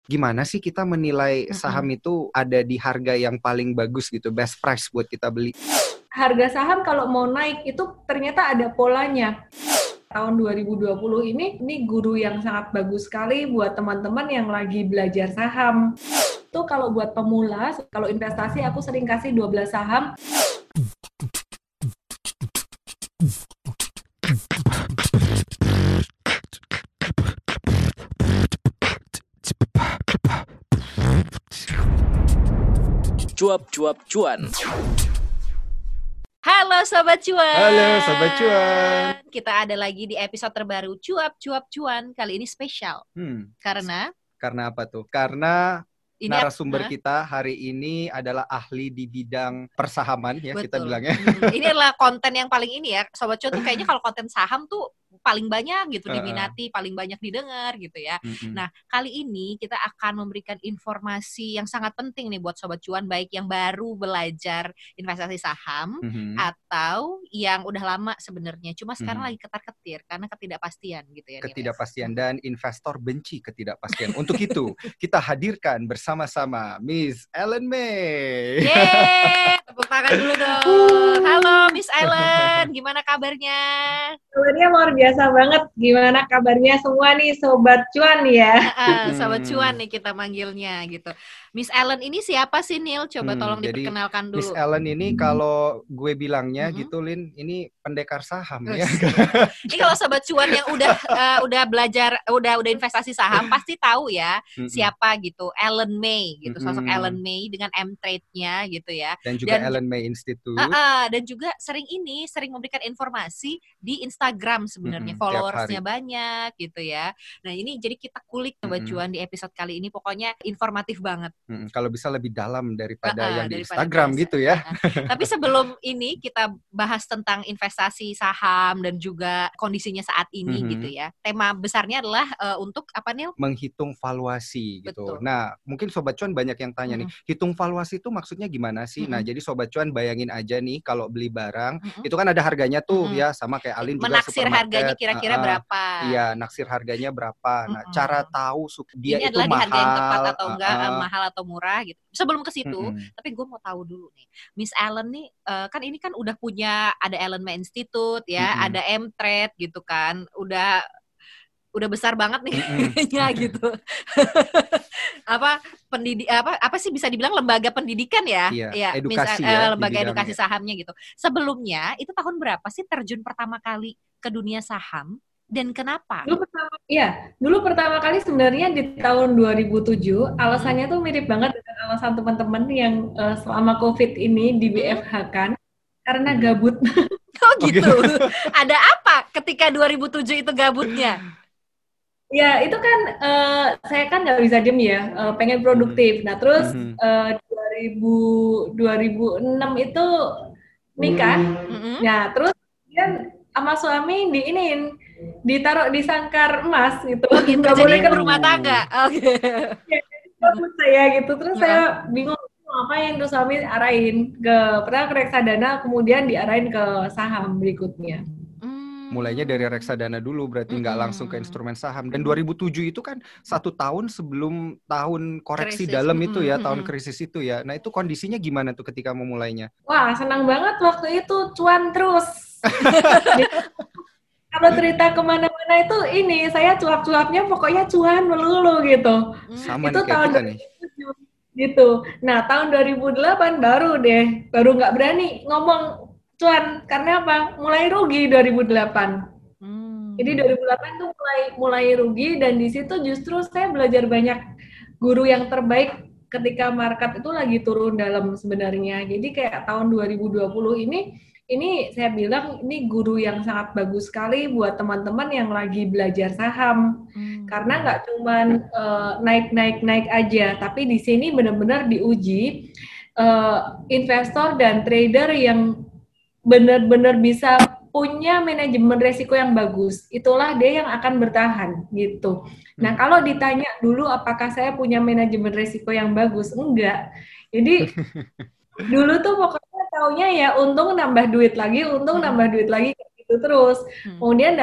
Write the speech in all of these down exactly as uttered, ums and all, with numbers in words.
gimana sih kita menilai Mm-mm. saham itu ada di harga yang paling bagus gitu, best price buat kita beli? Harga saham kalau mau naik itu ternyata ada polanya. Tahun dua ribu dua puluh ini, ini guru yang sangat bagus sekali buat teman-teman yang lagi belajar saham. Itu kalau buat pemula, kalau investasi aku sering kasih dua belas saham. Cuap-cuap cuan. Halo Sobat Cuan. Halo Sobat Cuan. Kita ada lagi di episode terbaru Cuap-cuap cuan. Kali ini spesial. Hmm. Karena Karena apa tuh? Karena ini narasumber ap- kita hari ini adalah ahli di bidang persahaman ya. Betul. Kita bilangnya. Hmm, ini adalah konten yang paling ini ya. Sobat Cuan tuh kayaknya kalau konten saham tuh paling banyak gitu diminati, paling banyak didengar gitu ya. Mm-mm. Nah, kali ini kita akan memberikan informasi yang sangat penting nih buat Sobat Cuan, baik yang baru belajar investasi saham Mhm. atau yang udah lama sebenarnya. Cuma sekarang Mhm. lagi ketar-ketir karena ketidakpastian gitu ya. Nil, ya. Ketidakpastian dan investor benci ketidakpastian. Untuk itu kita hadirkan bersama-sama Miss Ellen May. Yeay, tepuk tangan dulu dong. Halo Miss Ellen, gimana kabarnya? Kabarnya luar biasa banget. Gimana kabarnya semua nih Sobat Cuan ya? Uh, Sobat Cuan nih kita manggilnya gitu. Miss Ellen ini siapa sih Nil? Coba Hmm, tolong jadi diperkenalkan dulu. Miss Ellen ini kalau gue bilangnya Mm-mm. gitu Lin, ini pendekar saham Terus, ya. ini kalau Sobat Cuan yang udah uh, udah belajar, udah udah investasi saham pasti tahu ya Mm-mm. siapa gitu. Ellen May gitu, sosok Mm-mm. Ellen May dengan M-Trade-nya gitu ya. Dan juga Dan- Ellen May Institute. Uh, uh, dan juga sering ini sering memberikan informasi di Instagram sebenarnya, Mm-mm, tiap followersnya hari. banyak gitu ya. Nah ini jadi kita kulik Sobat Mm-mm. Cuan di episode kali ini, pokoknya informatif banget. Mm-mm, kalau bisa lebih dalam daripada Uh, uh, yang di daripada Instagram biasa. gitu ya. Uh, uh. Tapi sebelum ini kita bahas tentang investasi saham dan juga kondisinya saat ini Mhm. gitu ya. Tema besarnya adalah uh, untuk apa Nil? Menghitung valuasi gitu. Betul. Nah, mungkin Sobat Cuan banyak yang tanya nih, hitung valuasi itu maksudnya gimana sih? Nah, Mm-mm. jadi Sobat Cuan bayangin aja nih kalau beli barang, Mm-mm. itu kan ada harganya tuh Mm-mm. ya, sama kayak Alin juga Menaksir supermarket. harganya kira-kira Uh-uh. berapa? Iya, naksir harganya berapa. Nah, Mm-mm. cara tahu su- dia Ini itu adalah di harga yang tepat mahal atau enggak, uh-uh. eh, mahal atau murah gitu. Sebelum ke situ, Mm-mm. tapi gue mau tahu dulu nih, Miss Ellen nih, eh, kan ini kan udah punya ada Ellen May Institute ya, Mm-mm. ada M-Trade gitu kan, udah udah besar banget nih Mm-mm. kayaknya gitu. apa pendidik apa apa sih bisa dibilang lembaga pendidikan ya? Iya, Ya, Miss, edukasi eh, ya di lembaga bidangnya. edukasi sahamnya gitu. Sebelumnya itu tahun berapa sih terjun pertama kali ke dunia saham dan kenapa? Dulu pertama, iya, dulu pertama kali sebenarnya di tahun dua ribu tujuh, alasannya tuh mirip banget dengan alasan teman-teman yang uh, selama COVID ini di W F H kan, karena Mhm. gabut. Oh Oh, gitu. gitu. Ada apa ketika dua ribu tujuh itu gabutnya? Ya, itu kan uh, saya kan nggak bisa diem ya, uh, pengen produktif. Nah, terus Mhm. uh, dua ribu, dua ribu enam itu nikah. Mm-mm. Nah, terus kemudian sama suami diinin, ditaruh di sangkar emas gitu. Oh gitu, Nggak jadi boleh ibu ke rumah tangga. Oke. gabut saya gitu. Terus Nah. saya bingung mau ngapain, terus suami arahin ke pertama ke reksadana, kemudian diarahin ke saham berikutnya. Hmm. Mulainya dari reksadana dulu, berarti nggak Mm-mm. langsung ke instrumen saham. Dan dua ribu tujuh itu kan satu tahun sebelum tahun koreksi Krisis. dalam itu ya, Mm-mm. tahun krisis itu ya. Nah, itu kondisinya gimana tuh ketika memulainya? Wah, senang banget waktu itu, cuan terus. Kalau cerita kemana-mana itu ini, saya cuap-cuapnya pokoknya cuan melulu gitu. Sama Itu nih kayak tahun kita dua nih. ribu tujuh gitu. Nah, tahun dua ribu delapan baru deh, baru nggak berani ngomong cuan. Karena apa? Mulai rugi dua ribu delapan. Hmm. Jadi dua ribu delapan tuh mulai mulai rugi, dan di situ justru saya belajar banyak guru yang terbaik ketika market itu lagi turun dalam sebenarnya. Jadi kayak tahun dua ribu dua puluh ini ini saya bilang ini guru yang sangat bagus sekali buat teman-teman yang lagi belajar saham. Hmm. Karena nggak cuman uh, naik-naik-naik aja, tapi di sini benar-benar diuji uh, investor dan trader yang benar-benar bisa punya manajemen resiko yang bagus. Itulah dia yang akan bertahan gitu. Nah, kalau ditanya dulu apakah saya punya manajemen resiko yang bagus? Enggak. Jadi dulu tuh pokoknya taunya ya untung nambah duit lagi, untung nambah duit lagi gitu terus. Kemudian datang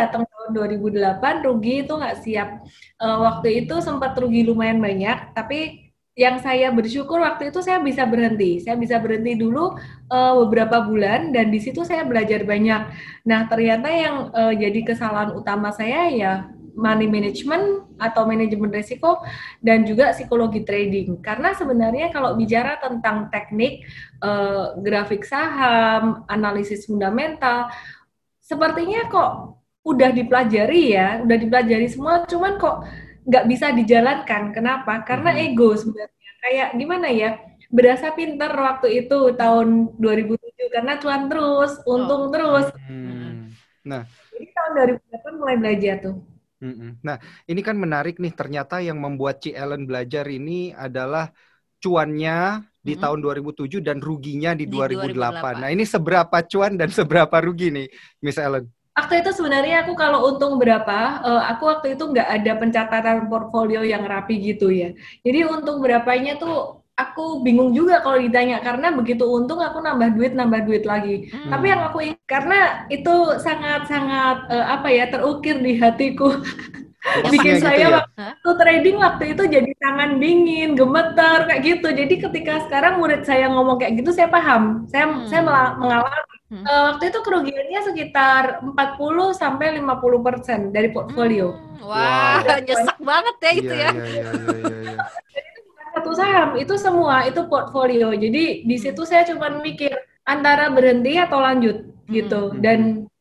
tahun dua ribu delapan rugi itu nggak siap. Uh, waktu itu sempat rugi lumayan banyak, tapi yang saya bersyukur waktu itu saya bisa berhenti. Saya bisa berhenti dulu uh, beberapa bulan dan di situ saya belajar banyak. Nah, ternyata yang uh, jadi kesalahan utama saya ya money management atau manajemen risiko dan juga psikologi trading. Karena sebenarnya kalau bicara tentang teknik uh, grafik saham, analisis fundamental, sepertinya kok udah dipelajari ya, udah dipelajari semua, cuman kok nggak bisa dijalankan. Kenapa? Karena Mhm. ego sebenarnya. Kayak gimana ya? Berasa pinter waktu itu tahun dua ribu tujuh karena cuan terus, untung terus. Hmm. Nah, Jadi tahun dua ribu delapan mulai belajar tuh. mm-mm. Nah, ini kan menarik nih. Ternyata yang membuat Ci Ellen belajar ini adalah cuannya di Mm-mm. tahun dua ribu tujuh dan ruginya di, Di dua ribu delapan. dua ribu delapan. Nah, ini seberapa cuan dan seberapa rugi nih, Miss Ellen? Waktu itu sebenarnya aku kalau untung berapa, uh, aku waktu itu nggak ada pencatatan portfolio yang rapi gitu ya. Jadi untung berapanya tuh aku bingung juga kalau ditanya karena begitu untung aku nambah duit nambah duit lagi. Hmm. Tapi yang aku ingat karena itu sangat-sangat uh, apa ya terukir di hatiku. Bikin Gitu saya ya? waktu trading waktu itu jadi tangan dingin, gemetar kayak gitu. Jadi ketika sekarang murid saya ngomong kayak gitu saya paham. Saya Hmm. saya mela- mengalami. Hmm. Uh, waktu itu kerugiannya sekitar empat puluh sampai lima puluh persen dari portfolio. Hmm. Wah, Wow. nyesek banget ya itu Iya, ya. iya, iya, iya, iya, iya. Satu saham itu semua itu portfolio. Jadi di situ saya cuma mikir antara berhenti atau lanjut gitu. Hmm. Dan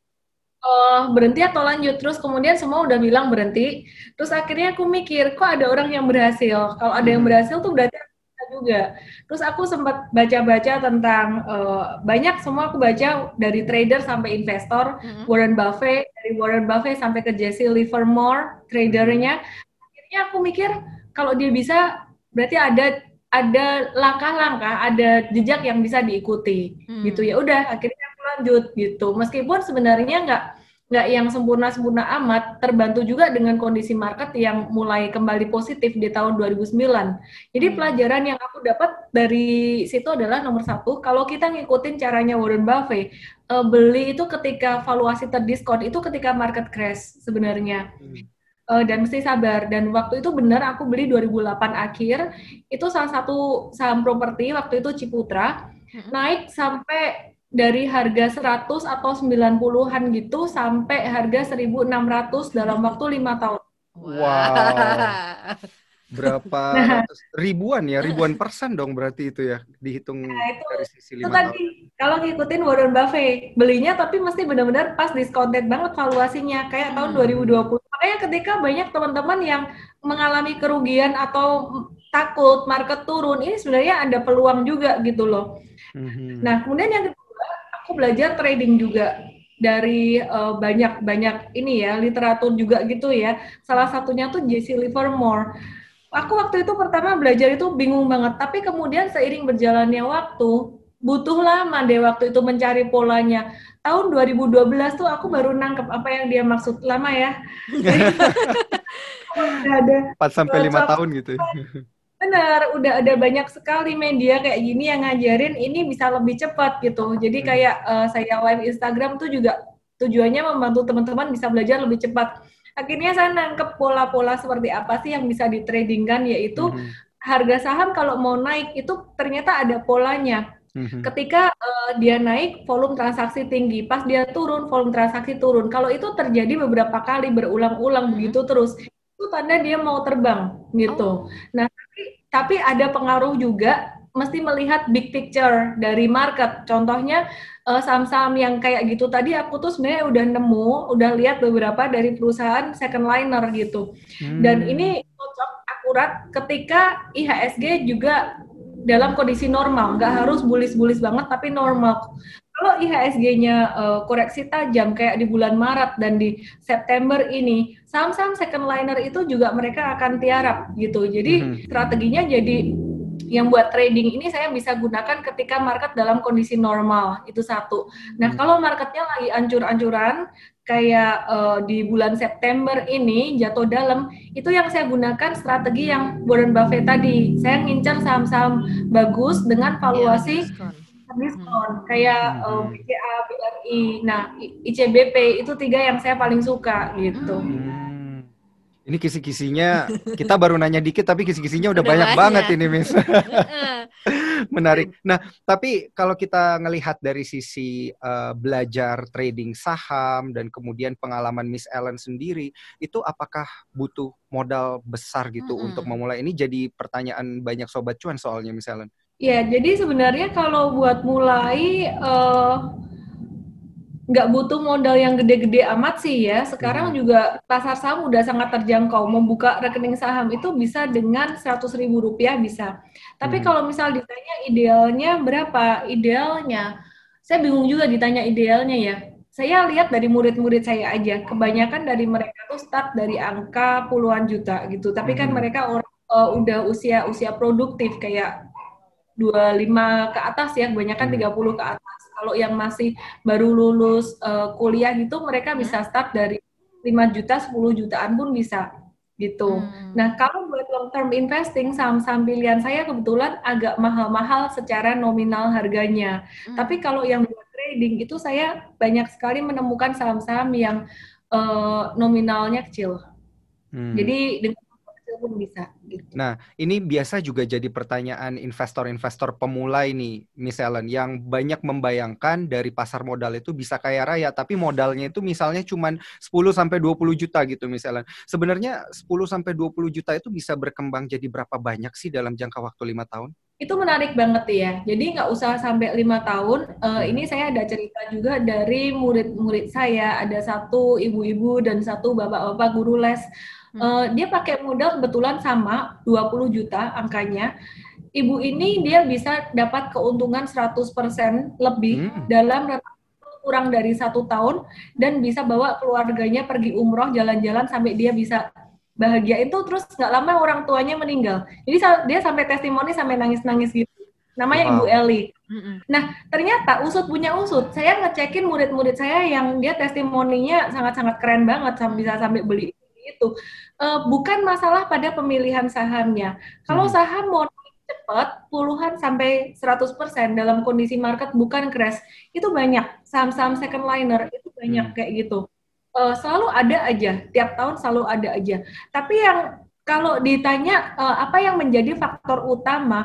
uh, berhenti atau lanjut, terus kemudian semua udah bilang berhenti, terus akhirnya aku mikir kok ada orang yang berhasil, kalau ada yang Mhm. berhasil tuh berarti aku bisa juga. Terus aku sempat baca-baca tentang uh, banyak, semua aku baca dari trader sampai investor, Mhm. Warren Buffett, dari Warren Buffett sampai ke Jesse Livermore tradernya. Akhirnya aku mikir kalau dia bisa berarti ada ada langkah-langkah, ada jejak yang bisa diikuti Hmm. gitu. Ya udah akhirnya aku lanjut gitu. Meskipun sebenarnya nggak nggak yang sempurna-sempurna amat, terbantu juga dengan kondisi market yang mulai kembali positif di tahun dua ribu sembilan. Jadi Hmm. pelajaran yang aku dapat dari situ adalah nomor satu, kalau kita ngikutin caranya Warren Buffett, uh, beli itu ketika valuasi terdiskon, itu ketika market crash sebenarnya. Hmm. Uh, dan mesti sabar. Dan waktu itu benar aku beli dua ribu delapan akhir, itu salah satu saham properti waktu itu Ciputra, Hmm. naik sampai dari harga seratus atau sembilan puluhan gitu sampai harga seribu enam ratus dalam waktu lima tahun. Wow. Berapa Nah, ratus ribuan ya, ribuan persen dong berarti itu ya, dihitung Nah, itu, dari sisi itu lima tadi tahun. kalau ngikutin Warren Buffett belinya tapi mesti benar-benar pas discounted banget valuasinya kayak tahun Hmm. dua ribu dua puluh. Makanya ketika banyak teman-teman yang mengalami kerugian atau takut market turun, ini sebenarnya ada peluang juga gitu loh. Mhm. Nah, kemudian yang kedua, aku belajar trading juga dari uh, banyak-banyak ini ya, literatur juga gitu ya. Salah satunya tuh Jesse Livermore. Aku waktu itu pertama belajar itu bingung banget, tapi kemudian seiring berjalannya waktu, butuh lama deh waktu itu mencari polanya. Tahun dua ribu dua belas tuh aku baru nangkep apa yang dia maksud. Lama ya. Udah ada empat sampai lima cocok. tahun gitu. Benar, udah ada banyak sekali media kayak gini yang ngajarin ini bisa lebih cepat gitu. Jadi Hmm. kayak uh, saya live Instagram tuh juga tujuannya membantu teman-teman bisa belajar lebih cepat. Akhirnya saya nangkep pola-pola seperti apa sih yang bisa ditradingkan, yaitu Mhm. harga saham kalau mau naik itu ternyata ada polanya. Mhm. Ketika uh, dia naik, volume transaksi tinggi. Pas dia turun, volume transaksi turun. Kalau itu terjadi beberapa kali berulang-ulang Mhm. begitu terus, itu tanda dia mau terbang gitu. Oh. Nah, tapi, tapi ada pengaruh juga, mesti melihat big picture dari market. Contohnya uh, saham-saham yang kayak gitu tadi aku tuh sebenarnya udah nemu, udah lihat beberapa dari perusahaan second liner gitu. Dan Hmm. ini cocok akurat ketika I H S G juga dalam kondisi normal, nggak harus bullish-bullish banget tapi normal. Kalau I H S G-nya uh, koreksi tajam kayak di bulan Maret dan di September ini, saham-saham second liner itu juga mereka akan tiarap gitu. Jadi Mhm. strateginya jadi yang buat trading ini saya bisa gunakan ketika market dalam kondisi normal, itu satu. Nah, Hmm. kalau marketnya lagi ancur-ancuran kayak uh, di bulan September ini jatuh dalam, itu yang saya gunakan strategi yang Warren Buffett tadi. Saya ngincar saham-saham bagus dengan valuasi Iya, diskon. diskon kayak uh, Hmm. B C A, B R I, nah I C B P itu tiga yang saya paling suka gitu. Hmm. Ini kisi-kisinya kita baru nanya dikit tapi kisi-kisinya udah, Udah banyak, banyak. banget ini, Miss. Heeh. Menarik. Nah, tapi kalau kita ngelihat dari sisi uh, belajar trading saham dan kemudian pengalaman Miss Ellen sendiri, itu apakah butuh modal besar gitu Mm-mm. untuk memulai? Ini jadi pertanyaan banyak sobat cuan soalnya, Miss Ellen. Ya, jadi sebenarnya kalau buat mulai uh, nggak butuh modal yang gede-gede amat sih ya. Sekarang Mhm. juga pasar saham udah sangat terjangkau. Membuka rekening saham itu bisa dengan seratus ribu rupiah bisa. Tapi Mhm. kalau misal ditanya idealnya berapa? Idealnya, saya bingung juga ditanya idealnya ya. Saya lihat dari murid-murid saya aja. Kebanyakan dari mereka tuh start dari angka puluhan juta gitu. Tapi kan Mhm. mereka orang uh, udah usia-usia produktif kayak dua puluh lima ke atas ya, kebanyakan Hmm. tiga puluh ke atas. Kalau yang masih baru lulus uh, kuliah gitu, mereka bisa start dari lima juta, sepuluh jutaan pun bisa gitu. Hmm. Nah, kalau buat long term investing, saham-saham pilihan saya kebetulan agak mahal-mahal secara nominal harganya. Hmm. Tapi kalau yang buat trading itu saya banyak sekali menemukan saham-saham yang uh, nominalnya kecil. Hmm. Jadi dengan kecil pun bisa gitu. Nah, ini biasa juga jadi pertanyaan investor-investor pemula ini, Miss Ellen, yang banyak membayangkan dari pasar modal itu bisa kaya raya, tapi modalnya itu misalnya cuma sepuluh sampai dua puluh juta gitu, Miss Ellen. Sebenarnya sepuluh sampai dua puluh juta itu bisa berkembang jadi berapa banyak sih dalam jangka waktu lima tahun? Itu menarik banget ya. Jadi nggak usah sampai lima tahun. Uh, Hmm. Ini saya ada cerita juga dari murid-murid saya. Ada satu ibu-ibu dan satu bapak-bapak guru les. Uh, dia pakai modal kebetulan sama dua puluh juta angkanya. Ibu ini dia bisa dapat keuntungan seratus persen lebih Hmm. dalam kurang dari satu tahun dan bisa bawa keluarganya pergi umroh jalan-jalan sampai dia bisa bahagia itu. Terus nggak lama orang tuanya meninggal. Jadi dia sampai testimoni sampai nangis-nangis gitu. Namanya Wow. Ibu Eli. Nah, ternyata usut punya usut. Saya ngecekin murid-murid saya yang dia testimoninya sangat-sangat keren banget, bisa sampai beli itu. Uh, bukan masalah pada pemilihan sahamnya. Kalau Hmm. saham mau cepat, puluhan sampai seratus persen dalam kondisi market bukan crash, itu banyak. Saham-saham second liner itu banyak Hmm. kayak gitu. Uh, selalu ada aja, tiap tahun selalu ada aja. Tapi yang kalau ditanya uh, apa yang menjadi faktor utama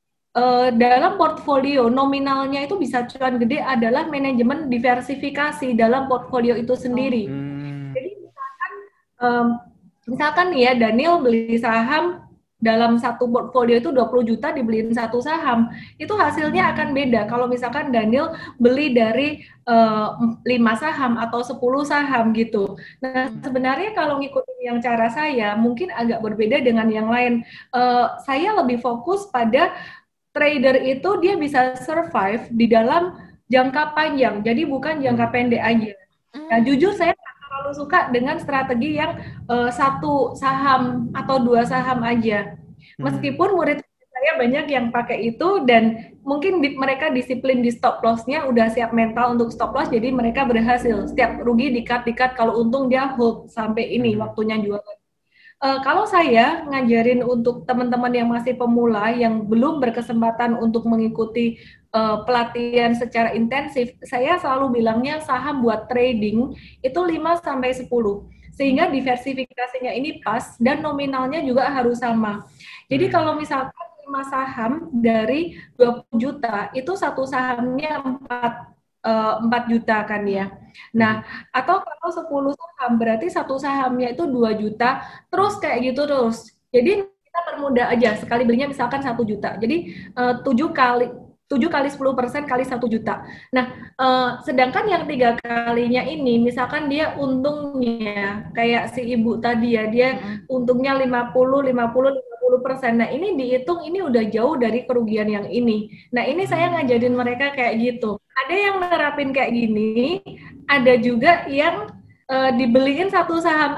uh, dalam portfolio nominalnya itu bisa cuan gede adalah manajemen diversifikasi dalam portfolio itu sendiri. Hmm. Jadi misalkan um, misalkan nih ya Daniel beli saham dalam satu portfolio itu dua puluh juta dibeliin satu saham, itu hasilnya akan beda. Kalau misalkan Daniel beli dari uh, lima saham atau sepuluh saham gitu. Nah, sebenarnya kalau ngikutin yang cara saya, mungkin agak berbeda dengan yang lain. Uh, saya lebih fokus pada trader itu dia bisa survive di dalam jangka panjang, jadi bukan jangka pendek aja. Nah, jujur saya terlalu suka dengan strategi yang uh, satu saham atau dua saham aja. Meskipun murid saya banyak yang pakai itu dan mungkin di, mereka disiplin di stop loss-nya, udah siap mental untuk stop loss, jadi mereka berhasil. Setiap rugi dikat-dikat, kalau untung dia hold sampai ini hmm. waktunya jualan. Uh, kalau saya ngajarin untuk teman-teman yang masih pemula yang belum berkesempatan untuk mengikuti uh, pelatihan secara intensif, saya selalu bilangnya saham buat trading itu lima sampai sepuluh. Sehingga diversifikasinya ini pas dan nominalnya juga harus sama. Jadi hmm. kalau misalkan lima saham dari dua puluh juta, itu satu sahamnya empat empat juta kan ya. Nah, hmm. atau kalau sepuluh saham berarti satu sahamnya itu dua juta, terus kayak gitu terus. Jadi kita permudah aja, sekali belinya misalkan satu juta. Jadi uh, tujuh kali tujuh kali sepuluh persen kali satu juta. Nah, uh, sedangkan yang tiga kalinya ini, misalkan dia untungnya kayak si ibu tadi ya, dia hmm. untungnya lima puluh, lima puluh, lima puluh persen. Nah, ini dihitung ini udah jauh dari kerugian yang ini. Nah, ini saya ngajarin mereka kayak gitu. Ada yang nerapin kayak gini, ada juga yang uh, dibeliin satu saham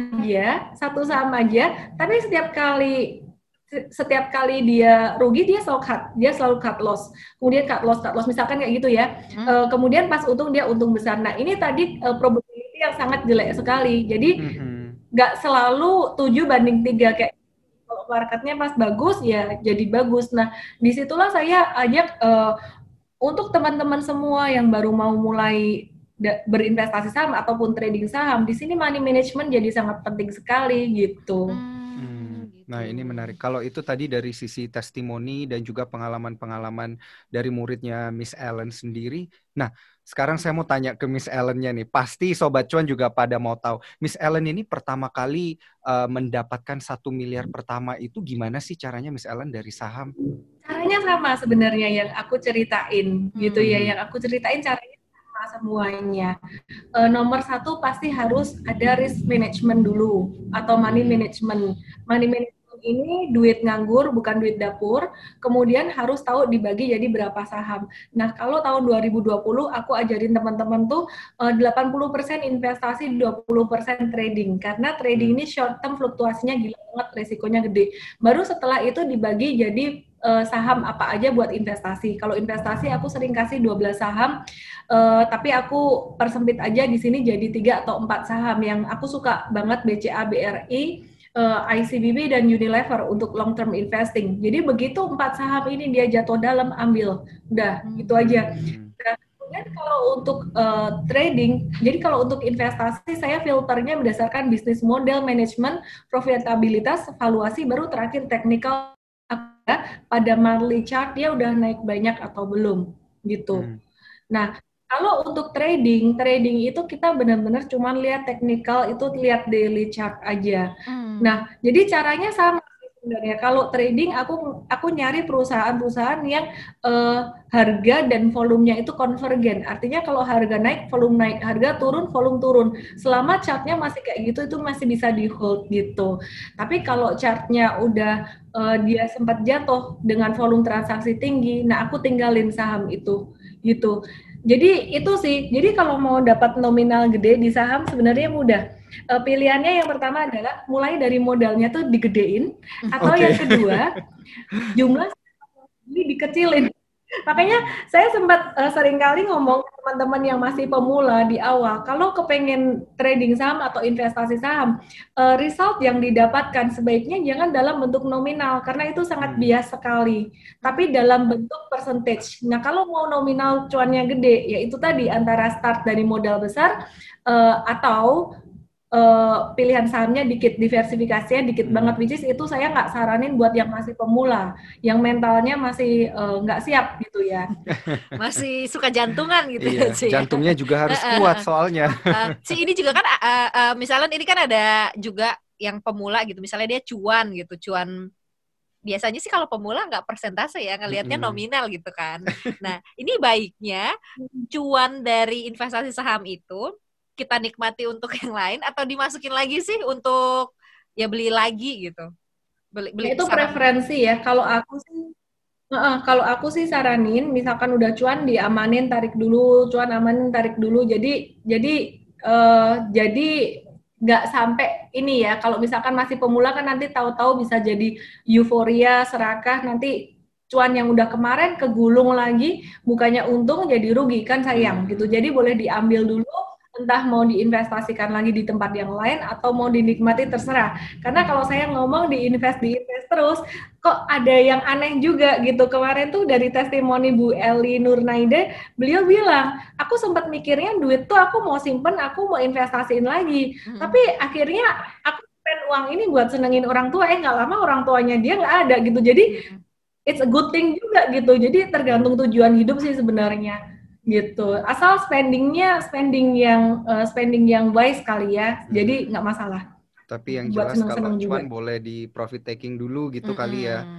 aja, satu saham aja, tapi setiap kali setiap kali dia rugi dia selalu cut, dia selalu cut loss, kemudian cut loss, cut loss, misalkan kayak gitu ya. Hmm. Uh, kemudian pas untung dia untung besar. Nah ini tadi uh, probability yang sangat jelek sekali. Jadi nggak hmm. selalu tujuh banding tiga kayak kalau marketnya pas bagus ya jadi bagus. Nah disitulah saya ajak uh, untuk teman-teman semua yang baru mau mulai da- berinvestasi saham ataupun trading saham, di sini money management jadi sangat penting sekali gitu. Hmm, gitu. Nah, ini menarik. Kalau itu tadi dari sisi testimoni dan juga pengalaman-pengalaman dari muridnya Miss Ellen sendiri. Nah, sekarang saya mau tanya ke Miss Ellen-nya nih. Pasti Sobat Cuan juga pada mau tahu. Miss Ellen ini pertama kali uh, mendapatkan satu miliar pertama itu gimana sih caranya Miss Ellen dari saham? Caranya sama sebenarnya yang aku ceritain gitu ya, Hmm. yang aku ceritain caranya sama semuanya. E, nomor satu pasti harus ada risk management dulu atau money Hmm. management. Money management ini duit nganggur bukan duit dapur, kemudian harus tahu dibagi jadi berapa saham. Nah, kalau tahun dua ribu dua puluh aku ajarin teman-teman tuh e, delapan puluh persen investasi, dua puluh persen trading. Karena trading Hmm. ini short term fluktuasinya gila banget, resikonya gede. Baru setelah itu dibagi jadi uh, saham apa aja buat investasi. Kalau investasi aku sering kasih dua belas saham, uh, tapi aku persempit aja di sini jadi tiga atau empat saham yang aku suka banget, B C A, B R I, uh, I C B B dan Unilever untuk long term investing. Jadi begitu empat saham ini dia jatuh dalam, ambil. Udah, Hmm. gitu aja. Hmm. Nah, kemudian kalau untuk uh, trading, jadi kalau untuk investasi saya filternya berdasarkan bisnis model, manajemen, profitabilitas, valuasi, baru terakhir teknikal pada monthly chart dia udah naik banyak atau belum gitu. Hmm. Nah, kalau untuk trading, trading itu kita benar-benar cuma lihat teknikal, itu lihat daily chart aja. Hmm. Nah, jadi caranya sama sebenarnya. Kalau trading aku aku nyari perusahaan-perusahaan yang uh, harga dan volumenya itu konvergen. Artinya kalau harga naik, volume naik, harga turun, volume turun. Selama chartnya masih kayak gitu, itu masih bisa di hold gitu. Tapi kalau chartnya udah uh, dia sempat jatuh dengan volume transaksi tinggi, nah aku tinggalin saham itu gitu. Jadi itu sih. Jadi kalau mau dapat nominal gede di saham sebenarnya mudah. Uh, pilihannya yang pertama adalah mulai dari modalnya tuh digedein, atau Okay. yang kedua jumlah ini dikecilin. Makanya saya sempat uh, seringkali ngomong ke teman-teman yang masih pemula di awal, kalau kepengen trading saham atau investasi saham, uh, result yang didapatkan sebaiknya jangan dalam bentuk nominal, karena itu sangat Hmm. bias sekali, tapi dalam bentuk percentage. Nah, kalau mau nominal cuannya gede, yaitu tadi antara start dari modal besar uh, atau Uh, pilihan sahamnya dikit, diversifikasinya dikit hmm. banget, which is itu saya nggak saranin buat yang masih pemula, yang mentalnya masih nggak uh, siap gitu ya. Masih suka jantungan gitu iya, ya sih. Jantungnya juga harus kuat soalnya. Uh, si ini juga kan, uh, uh, misalnya ini kan ada juga yang pemula gitu, misalnya dia cuan gitu, cuan biasanya sih kalau pemula nggak persentase ya, ngelihatnya Mm-mm. nominal gitu kan. Nah, ini baiknya cuan dari investasi saham itu kita nikmati untuk yang lain atau dimasukin lagi sih untuk ya beli lagi gitu. Beli, beli nah, itu saham. Preferensi ya. Kalau aku sih uh, kalau aku sih saranin misalkan udah cuan diamanin, tarik dulu, cuan amanin, tarik dulu. Jadi jadi uh, jadi nggak sampai ini ya. Kalau misalkan masih pemula kan nanti tahu-tahu bisa jadi euforia, serakah, nanti cuan yang udah kemarin kegulung lagi, bukannya untung jadi rugi, kan sayang Hmm. gitu. Jadi boleh diambil dulu, entah mau diinvestasikan lagi di tempat yang lain atau mau dinikmati, terserah. Karena kalau saya ngomong diinvest diinvest terus, kok ada yang aneh juga gitu. Kemarin tuh dari testimoni Bu Eli Nurnaide, beliau bilang, aku sempat mikirnya duit tuh aku mau simpen, aku mau investasiin lagi. Hmm. Tapi akhirnya aku spend uang ini buat senengin orang tua, eh nggak lama orang tuanya dia nggak ada gitu. Jadi hmm. it's a good thing juga gitu. Jadi tergantung tujuan hidup sih sebenarnya. Gitu, asal spendingnya spending yang uh, spending yang wise kali ya, hmm. jadi nggak masalah. Tapi yang buat jelas seneng-seneng kalau cuan juga. boleh di profit taking dulu gitu hmm. kali ya.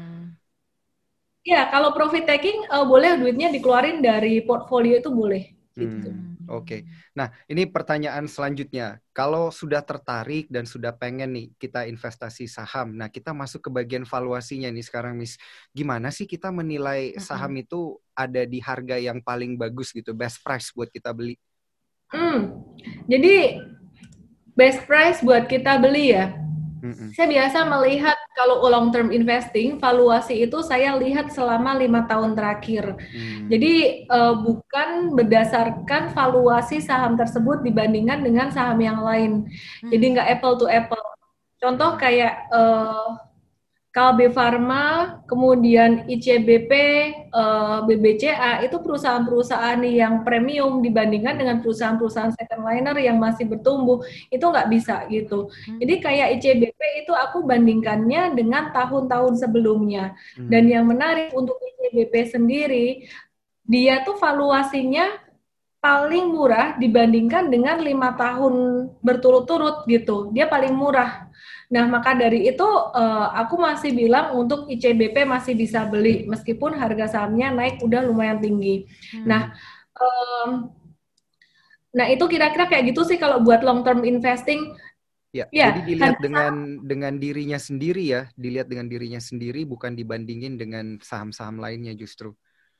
Ya, kalau profit taking uh, boleh duitnya dikeluarin dari portfolio itu boleh. Gitu. Hmm. Oke, okay. Nah ini pertanyaan selanjutnya. Kalau sudah tertarik dan sudah pengen nih kita investasi saham, nah kita masuk ke bagian valuasinya nih sekarang, Miss. Gimana sih kita menilai saham mm-hmm. itu ada di harga yang paling bagus gitu, best price buat kita beli? Hmm. Jadi best price buat kita beli ya. Mm-mm. Saya biasa melihat kalau long term investing, valuasi itu saya lihat selama lima tahun terakhir. Hmm. Jadi uh, bukan berdasarkan valuasi saham tersebut dibandingkan dengan saham yang lain. Hmm. Jadi nggak apple to apple. Contoh kayak uh, Kalbe Farma, kemudian I C B P, uh, B B C A, itu perusahaan-perusahaan yang premium dibandingkan dengan perusahaan-perusahaan second liner yang masih bertumbuh, itu nggak bisa gitu. Hmm. Jadi kayak I C B P itu aku bandingkannya dengan tahun-tahun sebelumnya. Hmm. Dan yang menarik untuk I C B P sendiri, dia tuh valuasinya paling murah dibandingkan dengan lima tahun berturut-turut gitu. Dia paling murah. Nah, maka dari itu uh, aku masih bilang untuk I C B P masih bisa beli meskipun harga sahamnya naik udah lumayan tinggi. Hmm. Nah, um, nah itu kira-kira kayak gitu sih kalau buat long term investing. Ya, ya jadi dilihat dengan saham, dengan dirinya sendiri ya, dilihat dengan dirinya sendiri bukan dibandingin dengan saham-saham lainnya justru.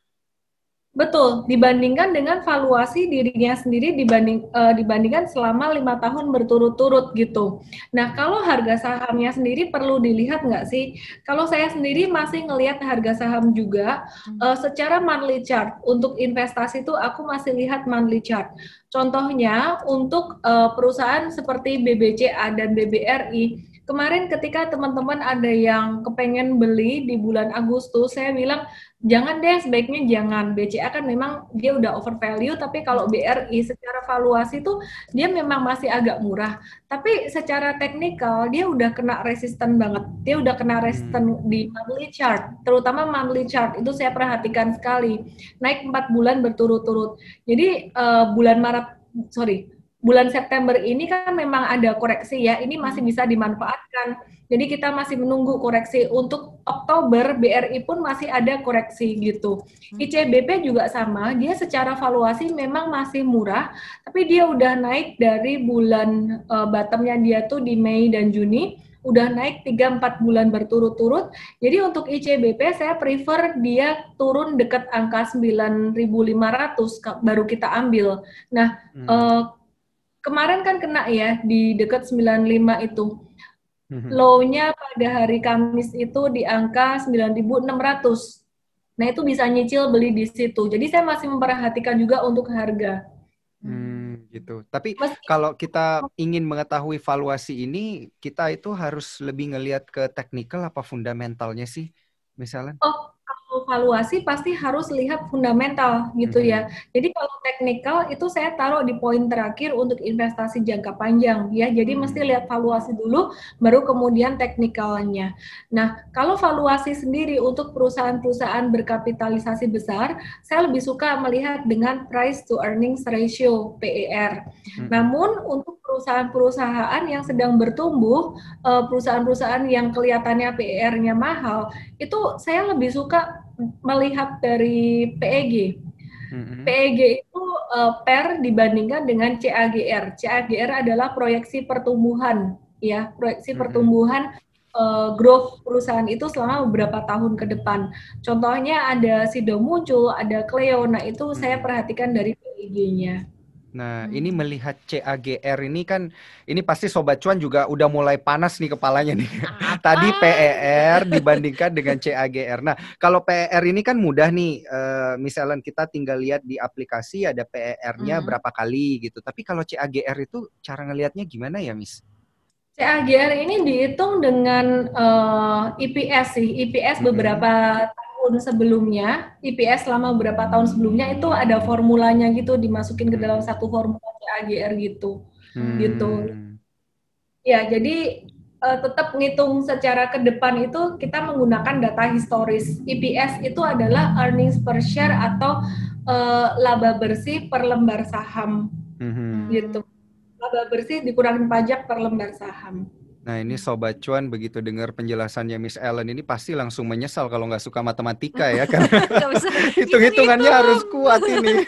Betul, dibandingkan dengan valuasi dirinya sendiri dibanding uh, dibandingkan selama lima tahun berturut-turut gitu. Nah, kalau harga sahamnya sendiri perlu dilihat nggak sih? Kalau saya sendiri masih ngelihat harga saham juga uh, secara monthly chart. Untuk investasi itu aku masih lihat monthly chart. Contohnya untuk uh, perusahaan seperti B B C A dan B B R I, kemarin ketika teman-teman ada yang kepengen beli di bulan Agustus, saya bilang jangan deh, sebaiknya jangan. B C A kan memang dia udah overvalue, tapi kalau B R I secara valuasi tuh dia memang masih agak murah. Tapi secara teknikal dia udah kena resisten banget. Dia udah kena resisten di monthly chart, terutama monthly chart itu saya perhatikan sekali. Naik empat bulan berturut-turut. Jadi uh, bulan Maret, sorry, bulan September ini kan memang ada koreksi ya. Ini masih bisa dimanfaatkan. Jadi kita masih menunggu koreksi. Untuk Oktober, B R I pun masih ada koreksi gitu. I C B P juga sama, dia secara valuasi memang masih murah, tapi dia udah naik dari bulan uh, bottomnya dia tuh di Mei dan Juni, udah naik tiga sampai empat bulan berturut-turut. Jadi untuk I C B P saya prefer dia turun dekat angka sembilan ribu lima ratus baru kita ambil. Nah, hmm. uh, kemarin kan kena ya di dekat sembilan puluh lima itu. Low-nya pada hari Kamis itu di angka sembilan ribu enam ratus. Nah, itu bisa nyicil beli di situ. Jadi saya masih memperhatikan juga untuk harga. Hmm, gitu. Tapi Meski, kalau kita ingin mengetahui valuasi ini, kita itu harus lebih ngelihat ke teknikal apa fundamentalnya sih, misalnya? Oh, kalau valuasi pasti harus lihat fundamental gitu mm-hmm. ya. Jadi kalau teknikal itu saya taruh di poin terakhir untuk investasi jangka panjang ya. Jadi mm-hmm. mesti lihat valuasi dulu, baru kemudian teknikalnya. Nah, kalau valuasi sendiri untuk perusahaan-perusahaan berkapitalisasi besar, saya lebih suka melihat dengan price to earnings ratio P E R. Mm-hmm. Namun untuk perusahaan-perusahaan yang sedang bertumbuh, perusahaan-perusahaan yang kelihatannya P E R-nya mahal, itu saya lebih suka melihat dari P E G. Mm-hmm. P E G itu uh, P E R dibandingkan dengan C A G R. C A G R adalah proyeksi pertumbuhan, ya, proyeksi mm-hmm. pertumbuhan uh, growth perusahaan itu selama beberapa tahun ke depan. Contohnya ada Sido muncul, ada Cleo, nah itu mm-hmm. saya perhatikan dari P E G-nya. Nah, hmm. ini melihat C A G R ini kan, ini pasti Sobat Cuan juga udah mulai panas nih kepalanya nih. Tadi P E R dibandingkan dengan C A G R. Nah, kalau P E R ini kan mudah nih, uh, misalnya kita tinggal lihat di aplikasi ada P E R-nya hmm. berapa kali gitu. Tapi kalau C A G R itu cara ngelihatnya gimana ya, Miss? C A G R ini dihitung dengan uh, I P S sih, I P S hmm. beberapa tahun sebelumnya, I P S selama beberapa tahun sebelumnya itu ada formulanya gitu, dimasukin ke dalam satu formula C A G R gitu, hmm. gitu. Ya, jadi uh, tetap ngitung secara ke depan itu kita menggunakan data historis. I P S itu adalah earnings per share atau uh, laba bersih per lembar saham, hmm. gitu. Laba bersih dikurangin pajak per lembar saham. Nah, ini Sobat Cuan begitu dengar penjelasannya Miss Ellen ini pasti langsung menyesal kalau nggak suka matematika ya, karena hitung-hitungannya harus kuat ini.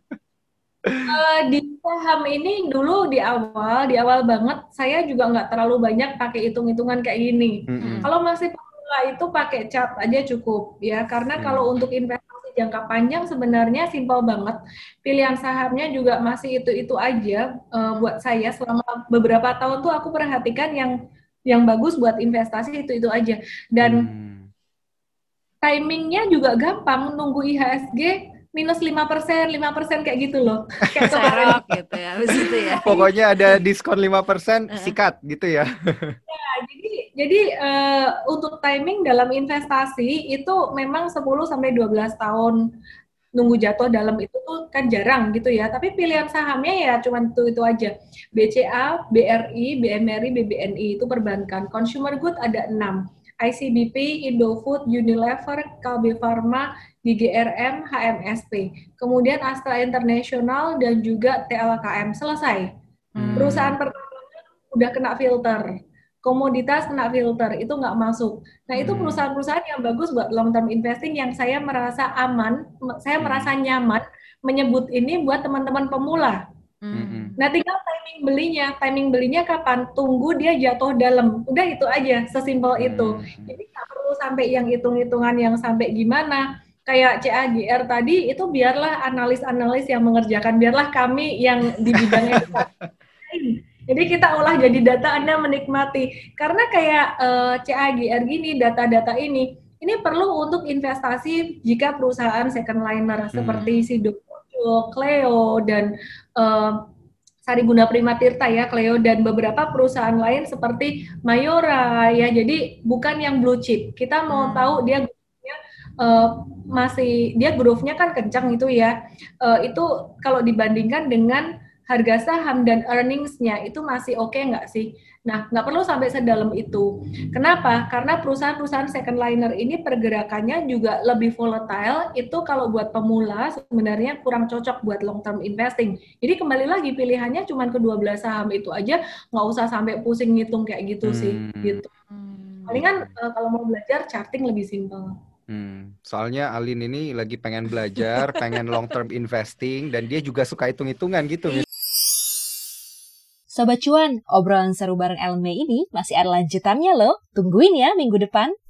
uh, di saham ini dulu di awal, di awal banget saya juga nggak terlalu banyak pakai hitung-hitungan kayak gini. Mm-hmm. Kalau masih pemula itu pakai chart aja cukup ya, karena mm. kalau untuk investasi jangka panjang sebenarnya simpel banget. Pilihan sahamnya juga masih itu-itu aja uh, buat saya. Selama beberapa tahun tuh aku perhatikan yang yang bagus buat investasi itu-itu aja. Dan hmm. timingnya juga gampang, nunggu I H S G minus lima persen, lima persen kayak gitu loh. Kayak serok gitu ya, habis itu ya. Pokoknya ada diskon lima persen, sikat gitu ya. Ya, jadi Jadi uh, untuk timing dalam investasi itu memang sepuluh sampai dua belas tahun nunggu jatuh dalam itu tuh kan jarang gitu ya. Tapi pilihan sahamnya ya cuma itu-itu aja. B C A, B R I, B M R I, B B N I itu perbankan. Consumer good ada enam. I C B P, Indofood, Unilever, Kalbe Pharma, D G R M, H M S P. Kemudian Astra International dan juga T L K M. Selesai. Hmm. Perusahaan pertama udah kena filter. Komoditas kena filter, itu nggak masuk. Nah, itu Hmm. perusahaan-perusahaan yang bagus buat long term investing yang saya merasa aman, saya Hmm. merasa nyaman menyebut ini buat teman-teman pemula. Hmm. Nah, tinggal timing belinya. Timing belinya kapan? Tunggu dia jatuh dalam. Udah itu aja, sesimpel itu. Hmm. Jadi nggak perlu sampai yang hitung-hitungan yang sampai gimana. Kayak C A G R tadi, itu biarlah analis-analis yang mengerjakan. Biarlah kami yang di bidangnya jadi kita olah jadi data, Anda menikmati. Karena kayak uh, C A G R gini, data-data ini, ini perlu untuk investasi jika perusahaan second liner hmm. seperti Sido, Cleo, dan uh, Sariguna Prima Tirta ya, Cleo, dan beberapa perusahaan lain seperti Mayora ya. Jadi bukan yang blue chip. Kita mau hmm. tahu dia uh, masih, dia growth-nya kan kencang itu ya. Uh, itu kalau dibandingkan dengan harga saham dan earnings-nya itu masih oke okay nggak sih? Nah, nggak perlu sampai sedalam itu. Kenapa? Karena perusahaan-perusahaan second liner ini pergerakannya juga lebih volatile. Itu kalau buat pemula sebenarnya kurang cocok buat long term investing. Jadi kembali lagi pilihannya cuma kedua belas saham itu aja, nggak usah sampai pusing ngitung kayak gitu hmm. sih. Gitu. Palingan uh, kalau mau belajar charting lebih simpel. Hmm, soalnya Alin ini lagi pengen belajar, pengen long term investing, dan dia juga suka hitung-hitungan gitu. Sobat Cuan, obrolan seru bareng Ellen May ini masih ada lanjutannya loh. Tungguin ya minggu depan.